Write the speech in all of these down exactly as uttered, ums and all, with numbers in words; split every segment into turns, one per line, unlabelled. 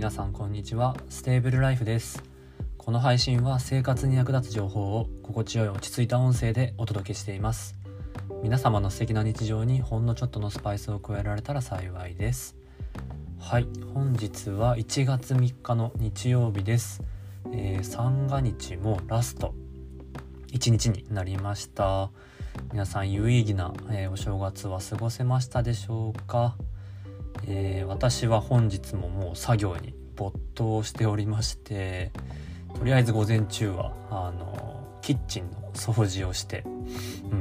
皆さんこんにちは。ステーブルライフです。この配信は生活に役立つ情報を心地よい落ち着いた音声でお届けしています。皆様の素敵な日常にほんのちょっとのスパイスを加えられたら幸いです。はい、本日はいちがつみっかの日曜日です。えー、三が日もラストいちにちになりました。皆さん有意義な、えー、お正月は過ごせましたでしょうか。えー、私は本日ももう作業に没頭しておりまして、とりあえず午前中はあのキッチンの掃除をして、うん、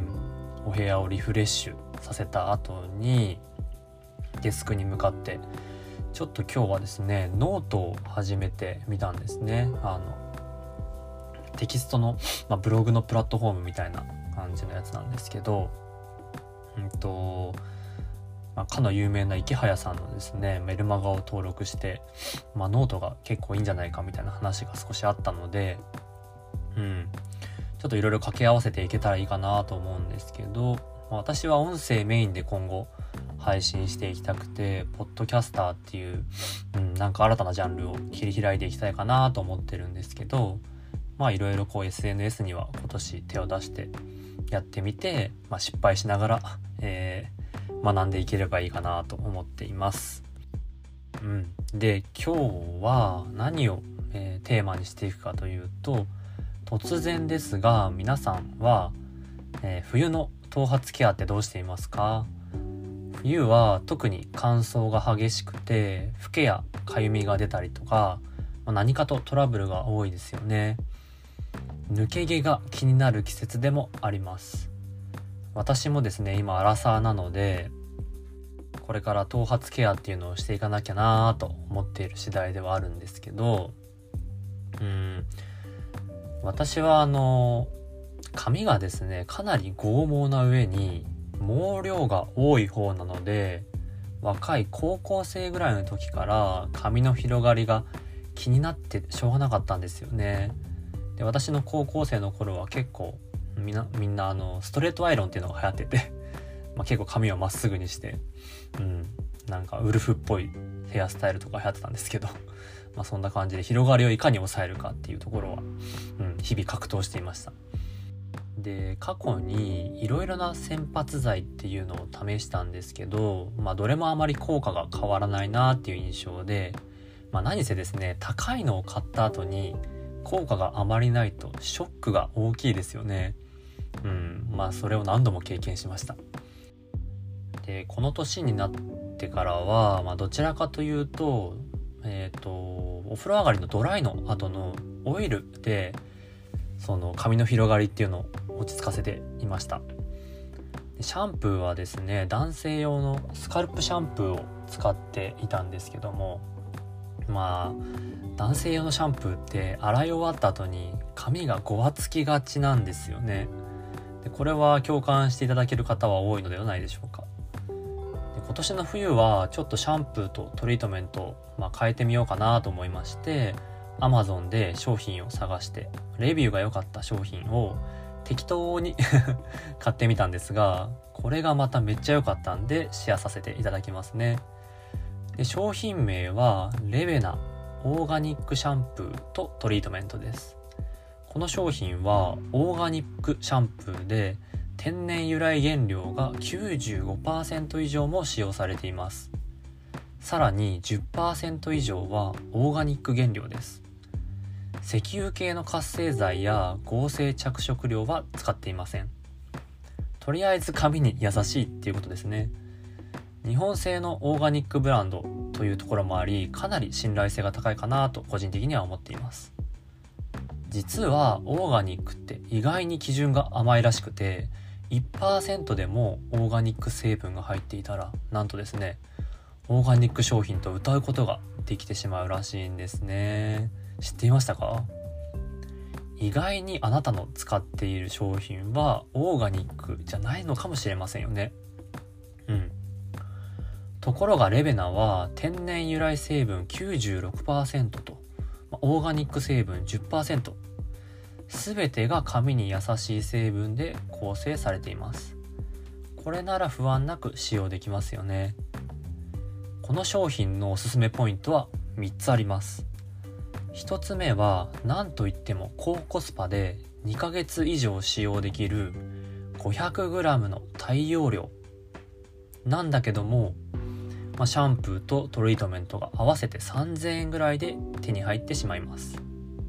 お部屋をリフレッシュさせた後にデスクに向かってちょっと今日はですねノートを始めてみたんですね。あのテキストの、まあ、ブログのプラットフォームみたいな感じのやつなんですけど、うんとまあ、かの有名な池早さんのですねメルマガを登録して、まあ、ノートが結構いいんじゃないかみたいな話が少しあったので、うん、ちょっといろいろ掛け合わせていけたらいいかなと思うんですけど、まあ、私は音声メインで今後配信していきたくて、ポッドキャスターっていう、うん、なんか新たなジャンルを切り開いていきたいかなと思ってるんですけど、まあいろいろこう エスエヌエス には今年手を出してやってみて、まあ、失敗しながら、えー、学んでいければいいかなと思っています。うん、で今日は何を、えー、テーマにしていくかというと、突然ですが皆さんは、えー、冬の頭髪ケアってどうしていますか？冬は特に乾燥が激しくてフケやかゆみが出たりとか、まあ、何かとトラブルが多いですよね。抜け毛が気になる季節でもあります。私もですね今アラサーなのでこれから頭髪ケアっていうのをしていかなきゃなと思っている次第ではあるんですけど、うーん私はあの髪がですねかなり剛毛な上に毛量が多い方なので、若い高校生ぐらいの時から髪の広がりが気になってしょうがなかったんですよね。で私の高校生の頃は結構みんなみんなあのストレートアイロンっていうのが流行っててまあ結構髪をまっすぐにして、うん、なんかウルフっぽいヘアスタイルとか流行ってたんですけどまあそんな感じで広がりをいかに抑えるかっていうところは、うん、日々格闘していました。で過去にいろいろな洗髪剤っていうのを試したんですけど、まあどれもあまり効果が変わらないなっていう印象で、まあ何せですね高いのを買った後に効果があまりないとショックが大きいですよね。うん、まあそれを何度も経験しました。でこの年になってからは、まあ、どちらかというと、えーと、お風呂上がりのドライの後のオイルでその髪の広がりっていうのを落ち着かせていました。でシャンプーはですね男性用のスカルプシャンプーを使っていたんですけども、まあ男性用のシャンプーって洗い終わった後に髪がごわつきがちなんですよね。でこれは共感していただける方は多いのではないでしょうか。で今年の冬はちょっとシャンプーとトリートメントを、まあ、変えてみようかなと思いまして Amazon で商品を探してレビューが良かった商品を適当に買ってみたんですが、これがまためっちゃ良かったんでシェアさせていただきますね。で商品名はレベナオーガニックシャンプーとトリートメントです。この商品はオーガニックシャンプーで天然由来原料が きゅうじゅうごパーセント 以上も使用されています。さらに じゅっパーセント 以上はオーガニック原料です。石油系の活性剤や合成着色料は使っていません。とりあえず髪に優しいっていうことですね。日本製のオーガニックブランドというところもあり、かなり信頼性が高いかなと個人的には思っています。実はオーガニックって意外に基準が甘いらしくて いちパーセント でもオーガニック成分が入っていたらなんとですねオーガニック商品と謳うことができてしまうらしいんですね。知っていましたか？意外にあなたの使っている商品はオーガニックじゃないのかもしれませんよね。うんところがレベナは天然由来成分 きゅうじゅうろくパーセント とオーガニック成分 じゅっパーセント、 全てが髪に優しい成分で構成されています。これなら不安なく使用できますよね。この商品のおすすめポイントはみっつあります。ひとつめはなんといっても高コスパでにかげつ以上使用できる ごひゃくグラム の大容量なんだけども、まあ、シャンプーとトリートメントが合わせてさんぜんえんぐらいで手に入ってしまいます。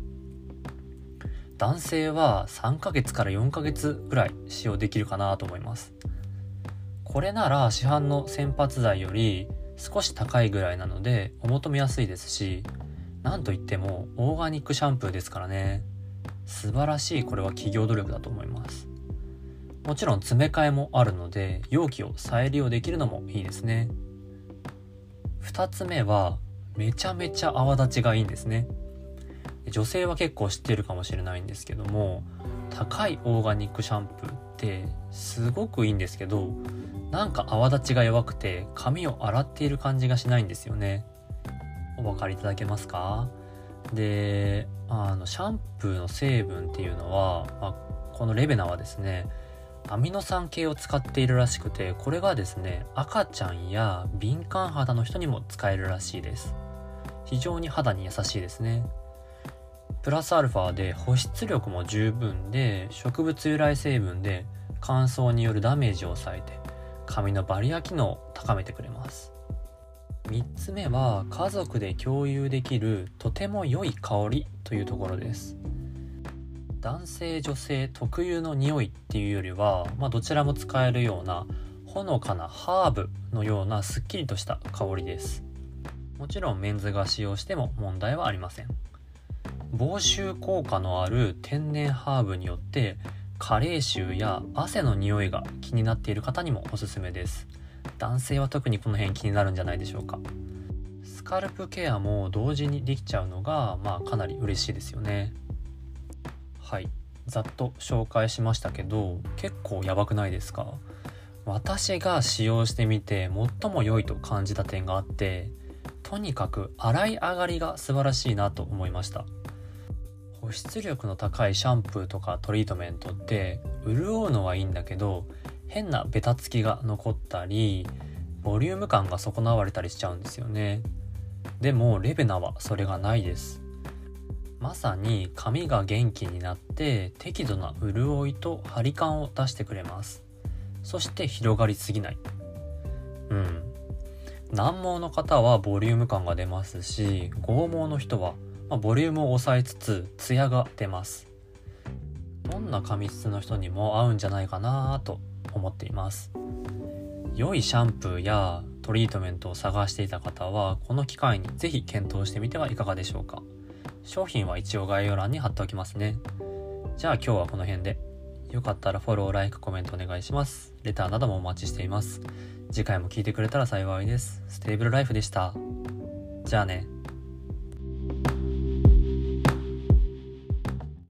男性はさんかげつからよんかげつぐらい使用できるかなと思います。これなら市販の洗髪剤より少し高いぐらいなのでお求めやすいですし、なんといってもオーガニックシャンプーですからね。素晴らしい、これは企業努力だと思います。もちろん詰め替えもあるので容器を再利用できるのもいいですね。ふたつめはめちゃめちゃ泡立ちがいいんですね。女性は結構知っているかもしれないんですけども、高いオーガニックシャンプーってすごくいいんですけど、なんか泡立ちが弱くて髪を洗っている感じがしないんですよね。お分かりいただけますか？で、あのシャンプーの成分っていうのは、まあ、このレベナはですね、アミノ酸系を使っているらしくて、これがですね、赤ちゃんや敏感肌の人にも使えるらしいです。非常に肌に優しいですね。プラスアルファで保湿力も十分で、植物由来成分で乾燥によるダメージを抑えて髪のバリア機能を高めてくれます。みっつめは家族で共有できるとても良い香りというところです。男性女性特有の匂いっていうよりは、まあ、どちらも使えるようなほのかなハーブのようなすっきりとした香りです。もちろんメンズが使用しても問題はありません。防臭効果のある天然ハーブによって加齢臭や汗の匂いが気になっている方にもおすすめです。男性は特にこの辺気になるんじゃないでしょうか。スカルプケアも同時にできちゃうのが、まあかなり嬉しいですよね。はい、ざっと紹介しましたけど、結構やばくないですか？私が使用してみて最も良いと感じた点があって、とにかく洗い上がりが素晴らしいなと思いました。保湿力の高いシャンプーとかトリートメントって潤うのはいいんだけど、変なベタつきが残ったりボリューム感が損なわれたりしちゃうんですよね。でもレベナはそれがないです。まさに髪が元気になって適度な潤いと張り感を出してくれます。そして広がりすぎない。うん軟毛の方はボリューム感が出ますし、剛毛の人は、まあ、ボリュームを抑えつつツヤが出ます。どんな髪質の人にも合うんじゃないかなと思っています。良いシャンプーやトリートメントを探していた方はこの機会にぜひ検討してみてはいかがでしょうか。商品は一応概要欄に貼っておきますね。じゃあ今日はこの辺で。よかったらフォロー、ライク、コメントお願いします。レターなどもお待ちしています。次回も聞いてくれたら幸いです。ステーブルライフでした。じゃあね。